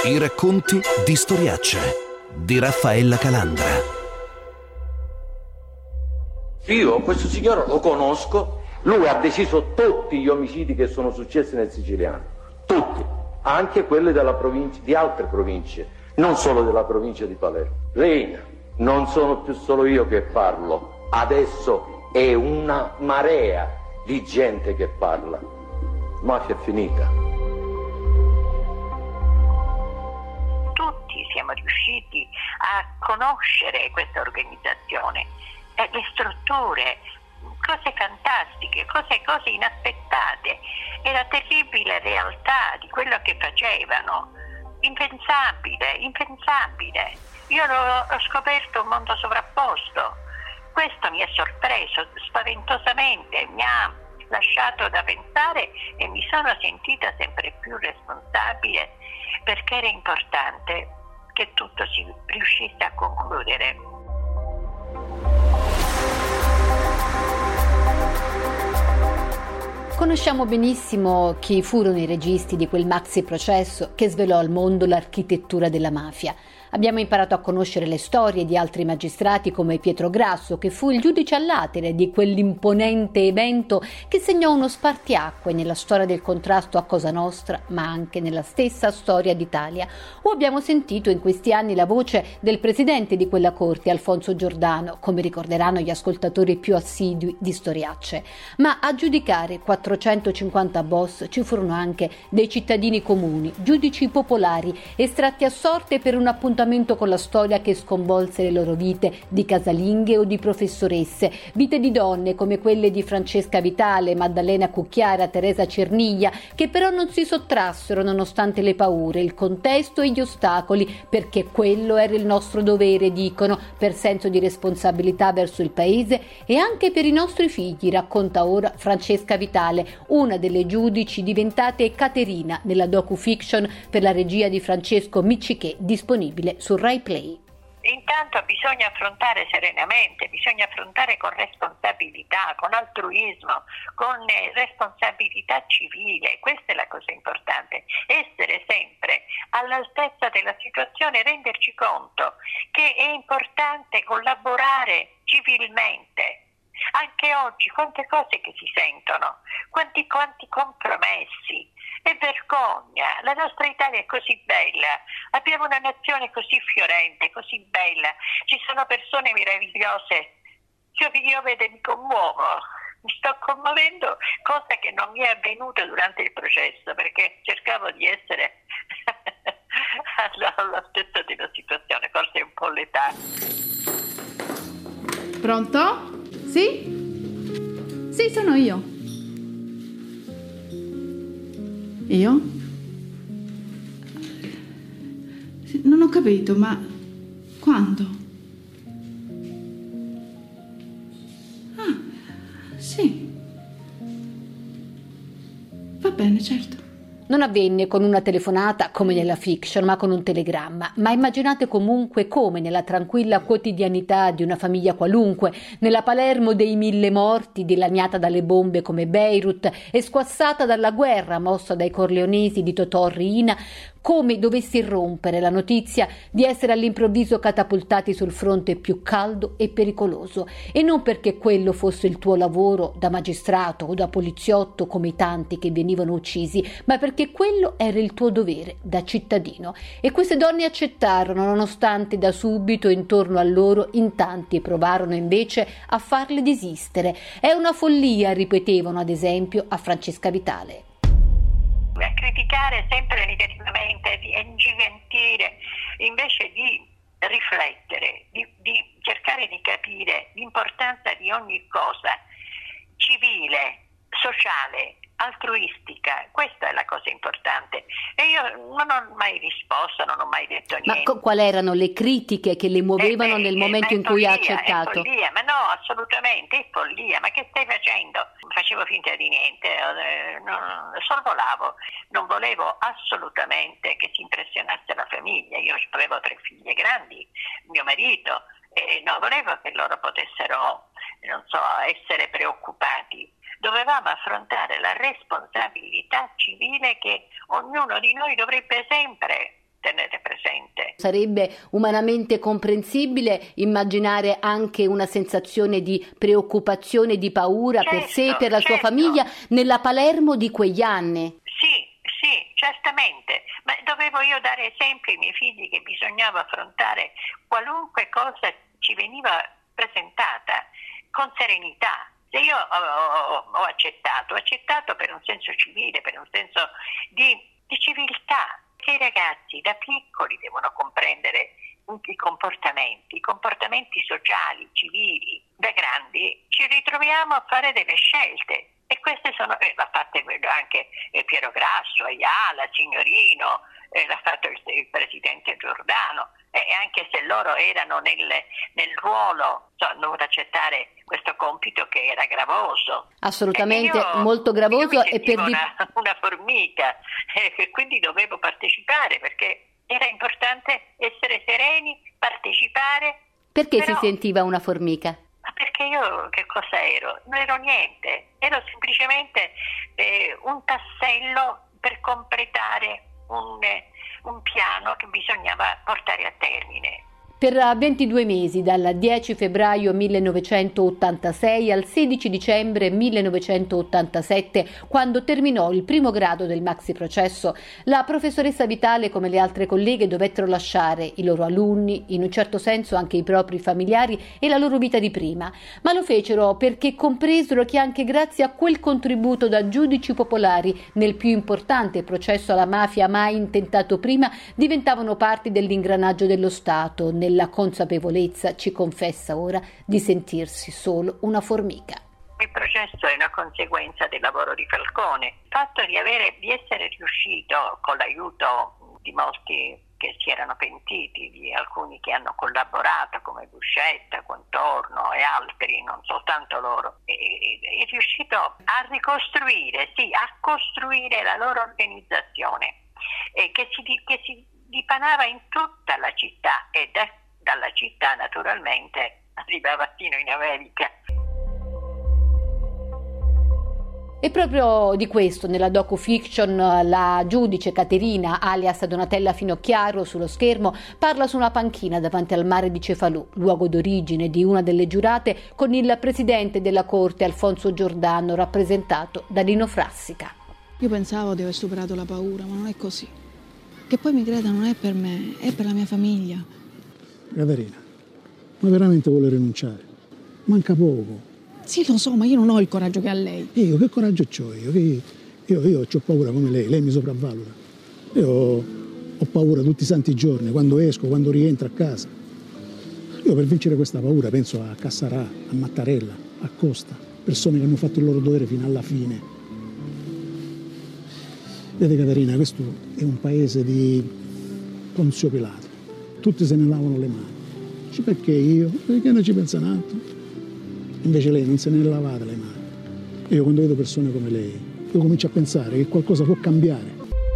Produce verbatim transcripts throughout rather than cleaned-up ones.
I racconti di Storiacce di Raffaella Calandra. Io questo signore lo conosco, lui ha deciso tutti gli omicidi che sono successi nel Siciliano, tutti, anche quelli della provincia, di altre province, non solo della provincia di Palermo. Reina, non sono più solo io che parlo, adesso è una marea di gente che parla. Mafia è finita. Siamo riusciti a conoscere questa organizzazione, eh, le strutture, cose fantastiche, cose, cose inaspettate, e la terribile realtà di quello che facevano, impensabile, impensabile. Io l'ho, ho scoperto un mondo sovrapposto, questo mi ha sorpreso spaventosamente, mi ha lasciato da pensare e mi sono sentita sempre più responsabile, perché era importante che tutto si riuscisse a concludere. Conosciamo benissimo chi furono i registi di quel maxi processo che svelò al mondo l'architettura della mafia. Abbiamo imparato a conoscere le storie di altri magistrati come Pietro Grasso, che fu il giudice a latere di quell'imponente evento che segnò uno spartiacque nella storia del contrasto a Cosa Nostra, ma anche nella stessa storia d'Italia. O abbiamo sentito in questi anni la voce del presidente di quella corte, Alfonso Giordano, come ricorderanno gli ascoltatori più assidui di Storiacce. Ma a giudicare quattrocentocinquanta boss ci furono anche dei cittadini comuni, giudici popolari, estratti a sorte per un appuntamento con la storia che sconvolse le loro vite di casalinghe o di professoresse, vite di donne come quelle di Francesca Vitale, Maddalena Cucchiara, Teresa Cerniglia, che però non si sottrassero nonostante le paure, il contesto e gli ostacoli, perché quello era il nostro dovere, dicono, per senso di responsabilità verso il paese e anche per i nostri figli, racconta ora Francesca Vitale, una delle giudici diventate Caterina nella docu-fiction per la regia di Francesco Miccichè, disponibile su Rai Play. Intanto bisogna affrontare serenamente, bisogna affrontare con responsabilità, con altruismo, con responsabilità civile. Questa è la cosa importante, essere sempre all'altezza della situazione, renderci conto che è importante collaborare civilmente. Anche oggi quante cose che si sentono, quanti quanti compromessi, è vergogna. La nostra Italia è così bella, abbiamo una nazione così fiorente, così bella, ci sono persone meravigliose. Io, io vedo e mi commuovo, mi sto commuovendo, cosa che non mi è avvenuta durante il processo, perché cercavo di essere all'altezza della situazione, forse è un po' l'età. Pronto? Sì? Sì, sono io. Io? Non ho capito, ma quando? Ah, sì. Va bene, certo. Non avvenne con una telefonata come nella fiction, ma con un telegramma. Ma immaginate comunque come nella tranquilla quotidianità di una famiglia qualunque, nella Palermo dei mille morti, dilaniata dalle bombe come Beirut e squassata dalla guerra mossa dai corleonesi di Totò Riina, come dovesse irrompere la notizia di essere all'improvviso catapultati sul fronte più caldo e pericoloso, e non perché quello fosse il tuo lavoro da magistrato o da poliziotto come i tanti che venivano uccisi, ma perché quello era il tuo dovere da cittadino. E queste donne accettarono, nonostante da subito intorno a loro in tanti provarono invece a farle desistere. È una follia, ripetevano ad esempio a Francesca Vitale. A criticare sempre negativamente e ingigantire, invece di riflettere, di, di cercare di capire l'importanza di ogni cosa civile, sociale, altruistica. Questa è la cosa importante, e io non ho mai risposto, non ho mai detto niente. Ma co- quali erano le critiche che le muovevano eh, beh, nel momento in cui follia, ha accettato? È follia, ma no, assolutamente, è follia. Ma che stai facendo? Facevo finta di niente, eh, non, sorvolavo, non volevo assolutamente che si impressionasse la famiglia. Io avevo tre figlie grandi, mio marito, e non volevo che loro potessero, non so, essere preoccupati. Dovevamo affrontare la responsabilità civile che ognuno di noi dovrebbe sempre tenere presente. Sarebbe umanamente comprensibile immaginare anche una sensazione di preoccupazione, di paura certo, per sé e per la certo. sua famiglia nella Palermo di quegli anni. Sì, sì, certamente, ma dovevo io dare esempio ai miei figli che bisognava affrontare qualunque cosa ci veniva presentata con serenità. Se io ho, ho, ho accettato, ho accettato per un senso civile, per un senso di, di civiltà, che i ragazzi da piccoli devono comprendere i comportamenti, i comportamenti sociali, civili. Da grandi ci ritroviamo a fare delle scelte e queste sono, eh, l'ha fatte anche eh, Piero Grasso, Ayala, Signorino, eh, l'ha fatto il, il presidente Giordano. E anche se loro erano nel, nel ruolo, so, hanno dovuto accettare questo compito che era gravoso. Assolutamente, io, molto gravoso. Io e per di... una, una formica, e eh, quindi dovevo partecipare perché era importante essere sereni, partecipare. Perché però, si sentiva una formica? Ma perché io che cosa ero? Non ero niente, ero semplicemente eh, un tassello per completare un... Eh, un piano che bisognava portare a termine. Per ventidue mesi, dal dieci febbraio millenovecentottantasei al sedici dicembre millenovecentottantasette, quando terminò il primo grado del maxi processo, la professoressa Vitale, come le altre colleghe, dovettero lasciare i loro alunni, in un certo senso anche i propri familiari e la loro vita di prima, ma lo fecero perché compresero che anche grazie a quel contributo da giudici popolari nel più importante processo alla mafia mai intentato prima, diventavano parte dell'ingranaggio dello Stato, nella consapevolezza, ci confessa ora, di sentirsi solo una formica. Il processo è una conseguenza del lavoro di Falcone. Il fatto di, avere, di essere riuscito, con l'aiuto di molti che si erano pentiti, di alcuni che hanno collaborato come Buscetta, Contorno e altri, non soltanto loro, è, è, è riuscito a ricostruire, sì, a costruire la loro organizzazione, eh, che si, che si dipanava in tutta la città e da, dalla città naturalmente arrivava fino in America. E proprio di questo nella docu-fiction la giudice Caterina, alias Donatella Finocchiaro, sullo schermo parla su una panchina davanti al mare di Cefalù, luogo d'origine di una delle giurate, con il presidente della corte Alfonso Giordano, rappresentato da Lino Frassica. Io pensavo di aver superato la paura, ma non è così. Che poi mi creda non è per me, è per la mia famiglia. Caterina, ma veramente vuole rinunciare? Manca poco. Sì, lo so, ma io non ho il coraggio che ha lei. E io che coraggio c'ho io? Io, io, io ho paura come lei, lei mi sopravvaluta. Io ho, ho paura tutti i santi giorni, quando esco, quando rientro a casa. Io per vincere questa paura penso a Cassarà, a Mattarella, a Costa, persone che hanno fatto il loro dovere fino alla fine. Vede Caterina, questo è un paese di Ponzio Pilato, tutti se ne lavano le mani. Dice, perché io? Perché non ci pensa un altro? Invece lei non se ne è lavata le mani. E io quando vedo persone come lei, io comincio a pensare che qualcosa può cambiare.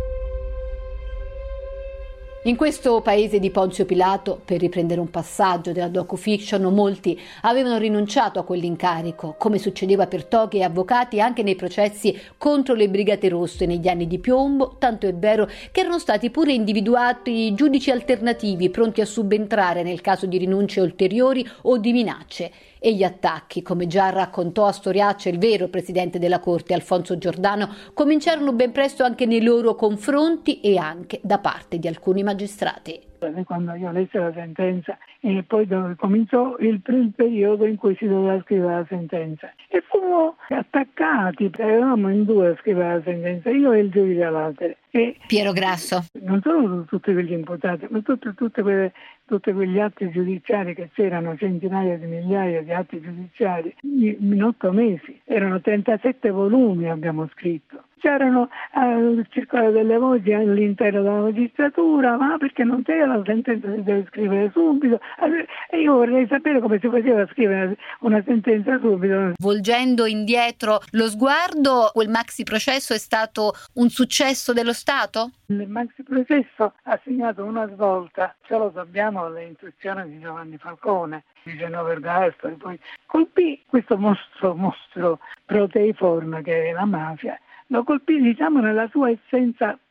In questo paese di Ponzio Pilato, per riprendere un passaggio della docu-fiction, molti avevano rinunciato a quell'incarico, come succedeva per toghe e avvocati anche nei processi contro le Brigate Rosse negli anni di piombo, tanto è vero che erano stati pure individuati giudici alternativi pronti a subentrare nel caso di rinunce ulteriori o di minacce. E gli attacchi, come già raccontò a Storiaccia il vero presidente della Corte, Alfonso Giordano, cominciarono ben presto anche nei loro confronti e anche da parte di alcuni magistrati. Quando io lessi la sentenza e poi cominciò il, il periodo in cui si doveva scrivere la sentenza e fummo attaccati, eravamo in due a scrivere la sentenza, io e il giudice Latere. E Piero Grasso. Non solo tutti quegli imputati, ma tutte, tutte quelle, tutti quegli atti giudiziari che c'erano, centinaia di migliaia di atti giudiziari, in otto mesi, erano trentasette volumi abbiamo scritto. C'erano eh, circolare delle voci all'interno della magistratura, ma perché non c'è la sentenza, si deve scrivere subito. E io vorrei sapere come si faceva a scrivere una sentenza subito. Volgendo indietro lo sguardo, quel maxi processo è stato un successo dello Stato? Il maxi processo ha segnato una svolta, ce lo sappiamo dalle istruzioni di Giovanni Falcone, diciannove ergastoli, poi colpì questo mostro, mostro proteiforme che è la mafia. Lo colpì, diciamo, nella sua essenza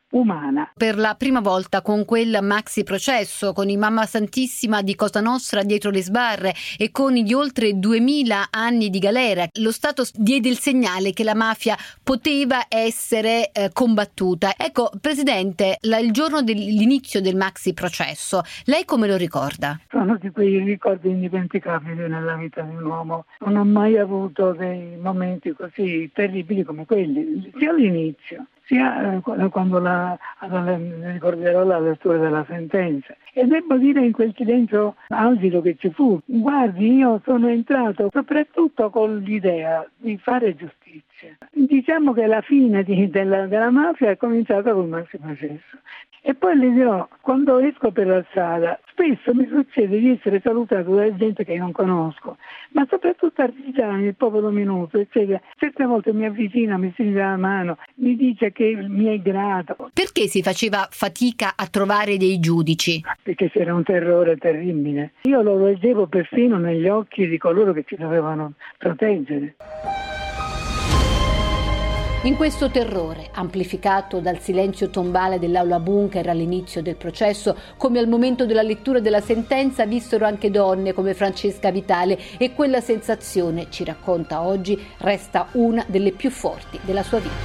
umana. Per la prima volta con quel maxi processo, con i Mamma Santissima di Cosa Nostra dietro le sbarre e con gli oltre duemila anni di galera, lo Stato diede il segnale che la mafia poteva essere eh, combattuta. Ecco, Presidente, la, il giorno dell'inizio del maxi processo, lei come lo ricorda? Sono di quei ricordi indimenticabili nella vita di un uomo. Non ho mai avuto dei momenti così terribili come quelli, sia all'inizio, sia eh, quando la, la, mi ricorderò la lettura della sentenza. E devo dire in quel silenzio algido che ci fu, guardi, io sono entrato soprattutto con l'idea di fare giustizia. Diciamo che la fine di, della, della mafia è cominciata col maxi processo. E poi le dirò, quando esco per la strada, spesso mi succede di essere salutato da gente che non conosco, ma soprattutto artigiani, il popolo minuto, eccetera. Certe volte mi avvicina, mi stringe la mano, mi dice che mi è grato. Perché si faceva fatica a trovare dei giudici? Perché c'era un terrore terribile. Io lo leggevo persino negli occhi di coloro che ci dovevano proteggere. In questo terrore, amplificato dal silenzio tombale dell'aula bunker all'inizio del processo, come al momento della lettura della sentenza, vissero anche donne come Francesca Vitale, e quella sensazione, ci racconta oggi, resta una delle più forti della sua vita.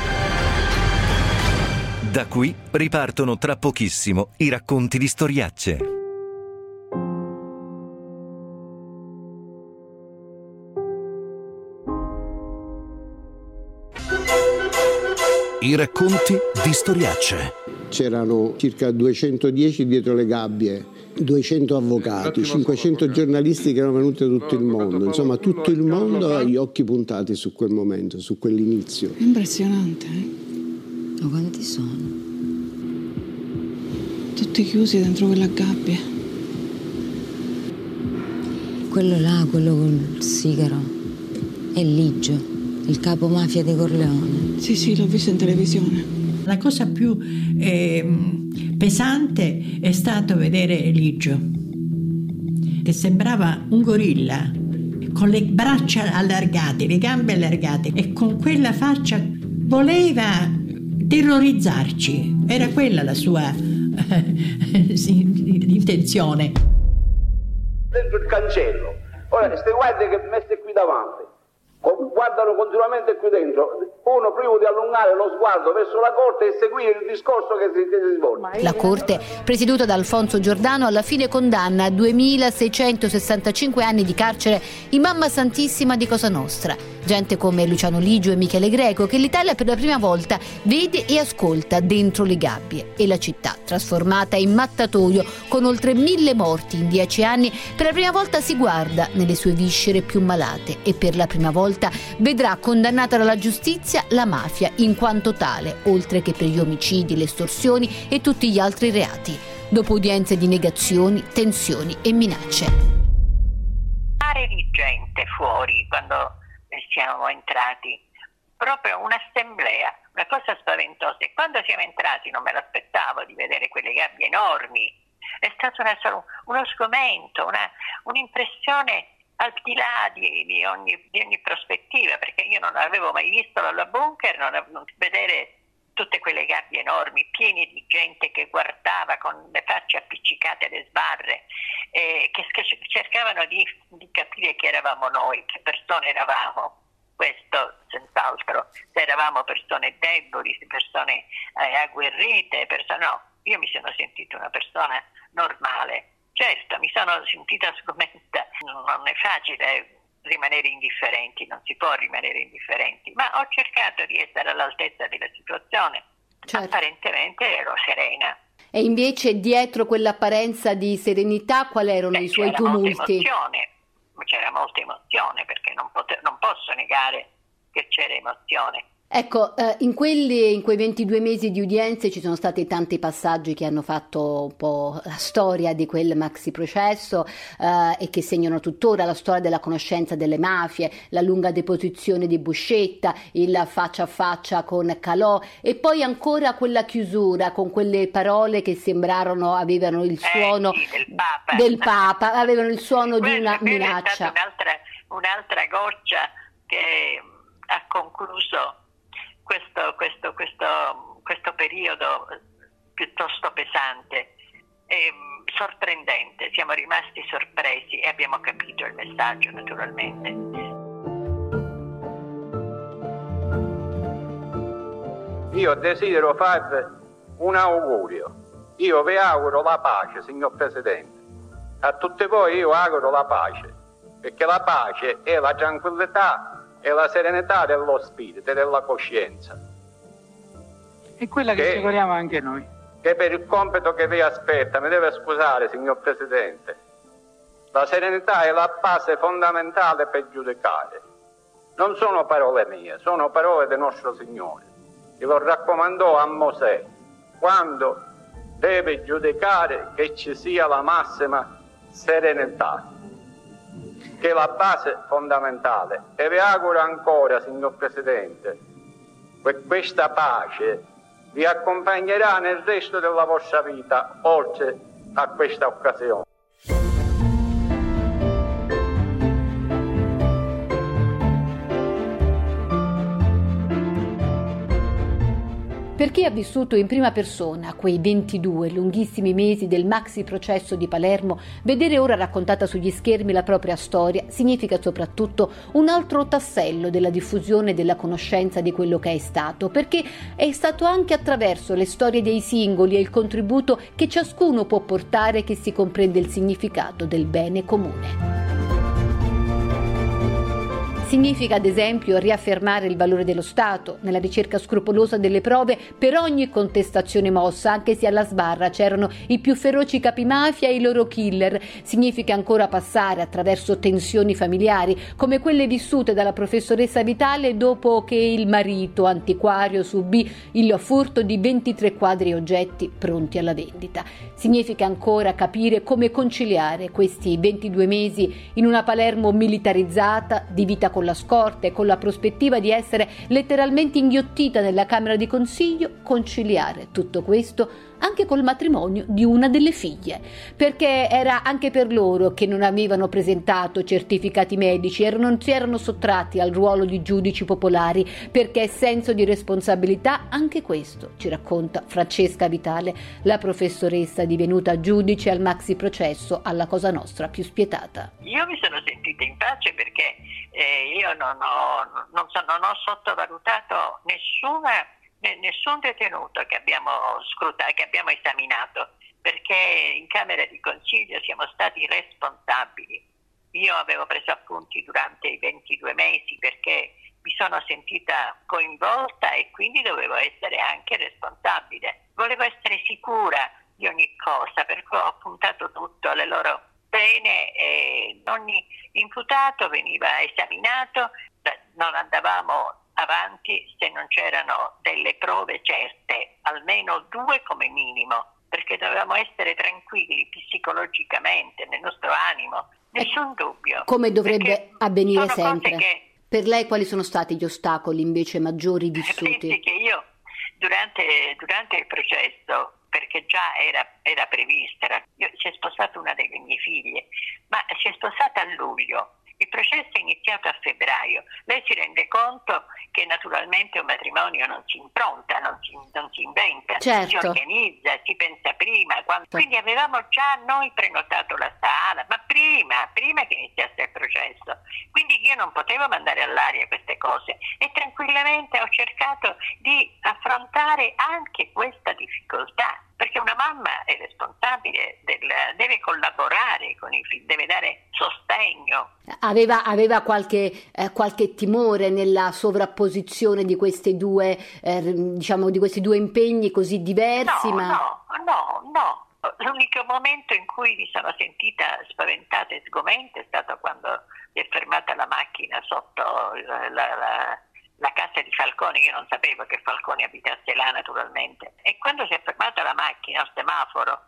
Da qui ripartono tra pochissimo i racconti di storiacce. I racconti di storiacce. C'erano circa duecentodieci dietro le gabbie, duecento avvocati, cinquecento giornalisti che erano venuti da tutto il mondo. Insomma, tutto il mondo ha gli occhi puntati su quel momento, su quell'inizio. Impressionante, eh? Ma quanti sono? Tutti chiusi dentro quella gabbia. Quello là, quello col sigaro, è Ligio, il capo mafia di Corleone. Sì, sì, l'ho visto in televisione. La cosa più eh, pesante è stato vedere Ligio, che sembrava un gorilla, con le braccia allargate, le gambe allargate, e con quella faccia voleva terrorizzarci. Era quella la sua eh, intenzione. Dentro il cancello. Ora, queste guardie che messe qui davanti, guardano continuamente qui dentro, uno prima di allungare lo sguardo verso la corte e seguire il discorso che si, che si svolge. La corte, presieduta da Alfonso Giordano, alla fine condanna a duemilaseicentosessantacinque anni di carcere i Mamma Santissima di Cosa Nostra, gente come Luciano Ligio e Michele Greco, che l'Italia per la prima volta vede e ascolta dentro le gabbie, e la città, trasformata in mattatoio con oltre mille morti in dieci anni, per la prima volta si guarda nelle sue viscere più malate e per la prima volta vedrà condannata dalla giustizia la mafia in quanto tale, oltre che per gli omicidi, le estorsioni e tutti gli altri reati, dopo udienze di negazioni, tensioni e minacce. Mare di gente fuori quando siamo entrati, proprio un'assemblea, una cosa spaventosa, e quando siamo entrati non me l'aspettavo di vedere quelle gabbie enormi, è stato una, uno sgomento, una, un'impressione al di là di, di, ogni, di ogni prospettiva, perché io non avevo mai visto la bunker, non, non vedere tutte quelle gabbie enormi, piene di gente che guardava con le facce appiccicate alle sbarre, eh, che, che cercavano di, di capire chi eravamo noi, che persone eravamo. Questo senz'altro, se eravamo persone deboli, persone eh, agguerrite, persone, no, io mi sono sentita una persona normale. Certo, mi sono sentita sgomenta, non è facile rimanere indifferenti, non si può rimanere indifferenti, ma ho cercato di essere all'altezza della situazione, certo. Apparentemente ero serena. E invece dietro quell'apparenza di serenità quali erano Beh, i suoi c'era tumulti? Molta emozione, c'era molta emozione, perché non, pote- non posso negare che c'era emozione. Ecco, eh, in, quelli, in quei ventidue mesi di udienze ci sono stati tanti passaggi che hanno fatto un po' la storia di quel maxi processo eh, e che segnano tuttora la storia della conoscenza delle mafie, la lunga deposizione di Buscetta, il faccia a faccia con Calò e poi ancora quella chiusura con quelle parole che sembrarono, avevano il suono eh sì, del, Papa. del Papa, avevano il suono Quello, di una minaccia. È stata un'altra, un'altra goccia che ha concluso Questo, questo, questo, questo periodo piuttosto pesante, e sorprendente. Siamo rimasti sorpresi e abbiamo capito il messaggio, naturalmente. Io desidero farvi un augurio. Io vi auguro la pace, signor Presidente. A tutti voi io auguro la pace, perché la pace è la tranquillità e la serenità dello spirito e della coscienza. È quella che, che ci vogliamo anche noi. Che per il compito che vi aspetta, mi deve scusare, signor Presidente, la serenità è la base fondamentale per giudicare. Non sono parole mie, sono parole del nostro Signore. E lo raccomandò a Mosè quando deve giudicare che ci sia la massima serenità, che è la base fondamentale. E vi auguro ancora, signor Presidente, che questa pace vi accompagnerà nel resto della vostra vita, oltre a questa occasione. Per chi ha vissuto in prima persona quei ventidue lunghissimi mesi del maxi processo di Palermo, vedere ora raccontata sugli schermi la propria storia significa soprattutto un altro tassello della diffusione della conoscenza di quello che è stato, perché è stato anche attraverso le storie dei singoli e il contributo che ciascuno può portare che si comprende il significato del bene comune. Significa, ad esempio, riaffermare il valore dello Stato nella ricerca scrupolosa delle prove per ogni contestazione mossa, anche se alla sbarra c'erano i più feroci capimafia e i loro killer. Significa ancora passare attraverso tensioni familiari, come quelle vissute dalla professoressa Vitale dopo che il marito antiquario subì il furto di ventitré quadri e oggetti pronti alla vendita. Significa ancora capire come conciliare questi ventidue mesi in una Palermo militarizzata, di vita con la scorta e con la prospettiva di essere letteralmente inghiottita nella Camera di Consiglio, conciliare tutto questo anche col matrimonio di una delle figlie, perché era anche per loro che non avevano presentato certificati medici e non si erano sottratti al ruolo di giudici popolari, perché senso di responsabilità, anche questo ci racconta Francesca Vitale, la professoressa divenuta giudice al maxi processo alla Cosa Nostra più spietata. Io mi sono sentita in pace perché eh, io non ho, non, so, non ho sottovalutato nessuna nessun detenuto che abbiamo scrutato, che abbiamo esaminato, perché in Camera di Consiglio siamo stati responsabili. Io avevo preso appunti durante i ventidue mesi perché mi sono sentita coinvolta e quindi dovevo essere anche responsabile. Volevo essere sicura di ogni cosa, perché ho appuntato tutto alle loro pene e ogni imputato veniva esaminato, non andavamo avanti se non c'erano delle prove certe, almeno due come minimo, perché dovevamo essere tranquilli psicologicamente, nel nostro animo, nessun dubbio. Come dovrebbe avvenire sono sempre. Che, per lei quali sono stati gli ostacoli invece maggiori vissuti? Pensi che io durante, durante il processo, perché già era, era prevista, era, io, si è sposata una delle mie figlie, ma si è sposata a luglio. Il processo è iniziato a febbraio. Lei si rende conto che naturalmente un matrimonio non si impronta, non si, non si inventa, certo. Si organizza, si pensa prima. Quando... Quindi avevamo già noi prenotato la sala, ma prima, prima che iniziasse il processo. Quindi io non potevo mandare all'aria queste cose e tranquillamente ho cercato di affrontare anche questa difficoltà. Perché una mamma è responsabile, del, deve collaborare con i figli, deve dare sostegno. Aveva, aveva qualche, eh, qualche timore nella sovrapposizione di queste due, eh, diciamo, di questi due impegni così diversi? No, ma... no, no, no. L'unico momento in cui mi sono sentita spaventata e sgomenta è stato quando si è fermata la macchina sotto la... la, la la casa di Falcone. Io non sapevo che Falcone abitasse là naturalmente, e quando si è fermata la macchina al semaforo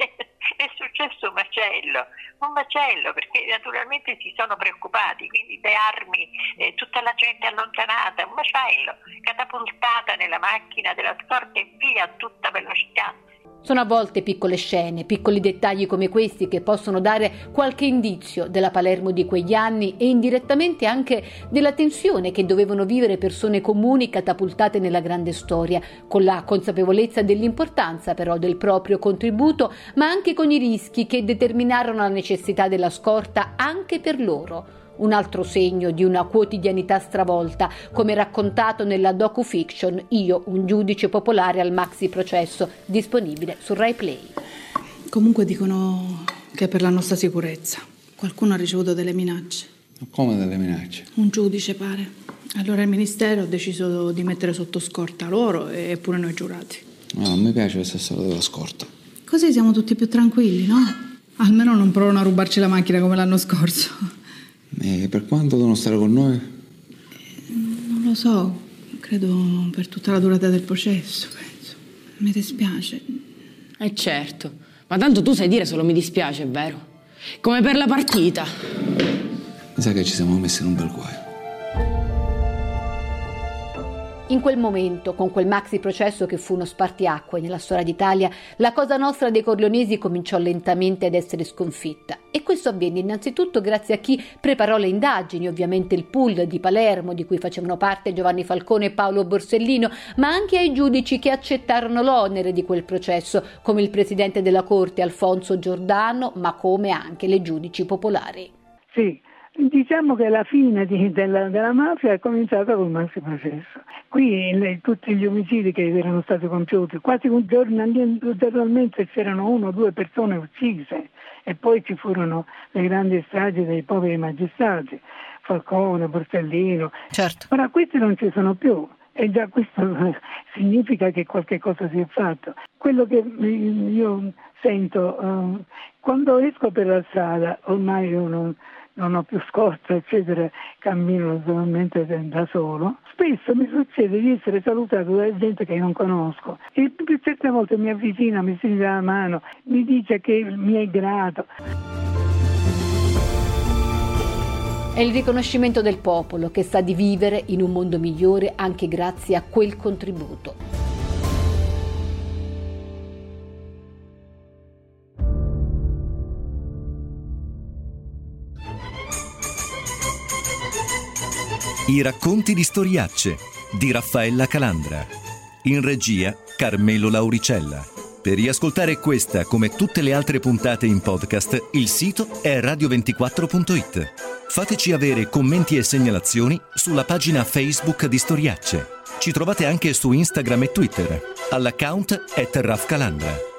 è successo un macello, un macello perché naturalmente si sono preoccupati, quindi le armi, eh, tutta la gente allontanata, un macello, catapultata nella macchina della scorta e via a tutta velocità. Sono a volte piccole scene, piccoli dettagli come questi che possono dare qualche indizio della Palermo di quegli anni e indirettamente anche della tensione che dovevano vivere persone comuni catapultate nella grande storia, con la consapevolezza dell'importanza però del proprio contributo, ma anche con i rischi che determinarono la necessità della scorta anche per loro. Un altro segno di una quotidianità stravolta, come raccontato nella docu-fiction Io, un giudice popolare al maxi processo, disponibile su Rai Play. Comunque dicono che è per la nostra sicurezza. Qualcuno ha ricevuto delle minacce. Come delle minacce? Un giudice, pare. Allora il ministero ha deciso di mettere sotto scorta loro e pure noi giurati. No, non mi piace questa storia della scorta. Così siamo tutti più tranquilli, no? Almeno non provano a rubarci la macchina come l'anno scorso. E per quanto devono stare con noi? Non lo so, credo per tutta la durata del processo, penso. Mi dispiace. Eh certo, ma tanto tu sai dire solo mi dispiace, è vero? Come per la partita. Mi sa che ci siamo messi in un bel guaio. In quel momento, con quel maxi processo che fu uno spartiacque nella storia d'Italia, la Cosa Nostra dei Corleonesi cominciò lentamente ad essere sconfitta. E questo avvenne innanzitutto grazie a chi preparò le indagini, ovviamente il pool di Palermo, di cui facevano parte Giovanni Falcone e Paolo Borsellino, ma anche ai giudici che accettarono l'onere di quel processo, come il presidente della Corte Alfonso Giordano, ma come anche le giudici popolari. Sì. Diciamo che la fine di, della, della mafia è cominciata col maxi processo. Qui le, tutti gli omicidi che erano stati compiuti, quasi un giorno, giornalmente c'erano una o due persone uccise e poi ci furono le grandi stragi dei poveri magistrati, Falcone, Borsellino. Certo. Ora questi non ci sono più. E già questo significa che qualche cosa si è fatto. Quello che io sento uh, quando esco per la strada, ormai io non, non ho più scorta, eccetera, cammino naturalmente da solo, spesso mi succede di essere salutato da gente che non conosco e più certe volte mi avvicina, mi stringe la mano, mi dice che mi è grato. È il riconoscimento del popolo che sa di vivere in un mondo migliore anche grazie a quel contributo. I racconti di storiacce di Raffaella Calandra. In regia Carmelo Lauricella. Per riascoltare questa come tutte le altre puntate in podcast, il sito è radio ventiquattro punto it. Fateci avere commenti e segnalazioni sulla pagina Facebook di Storiacce. Ci trovate anche su Instagram e Twitter, all'account at Raf Calandra.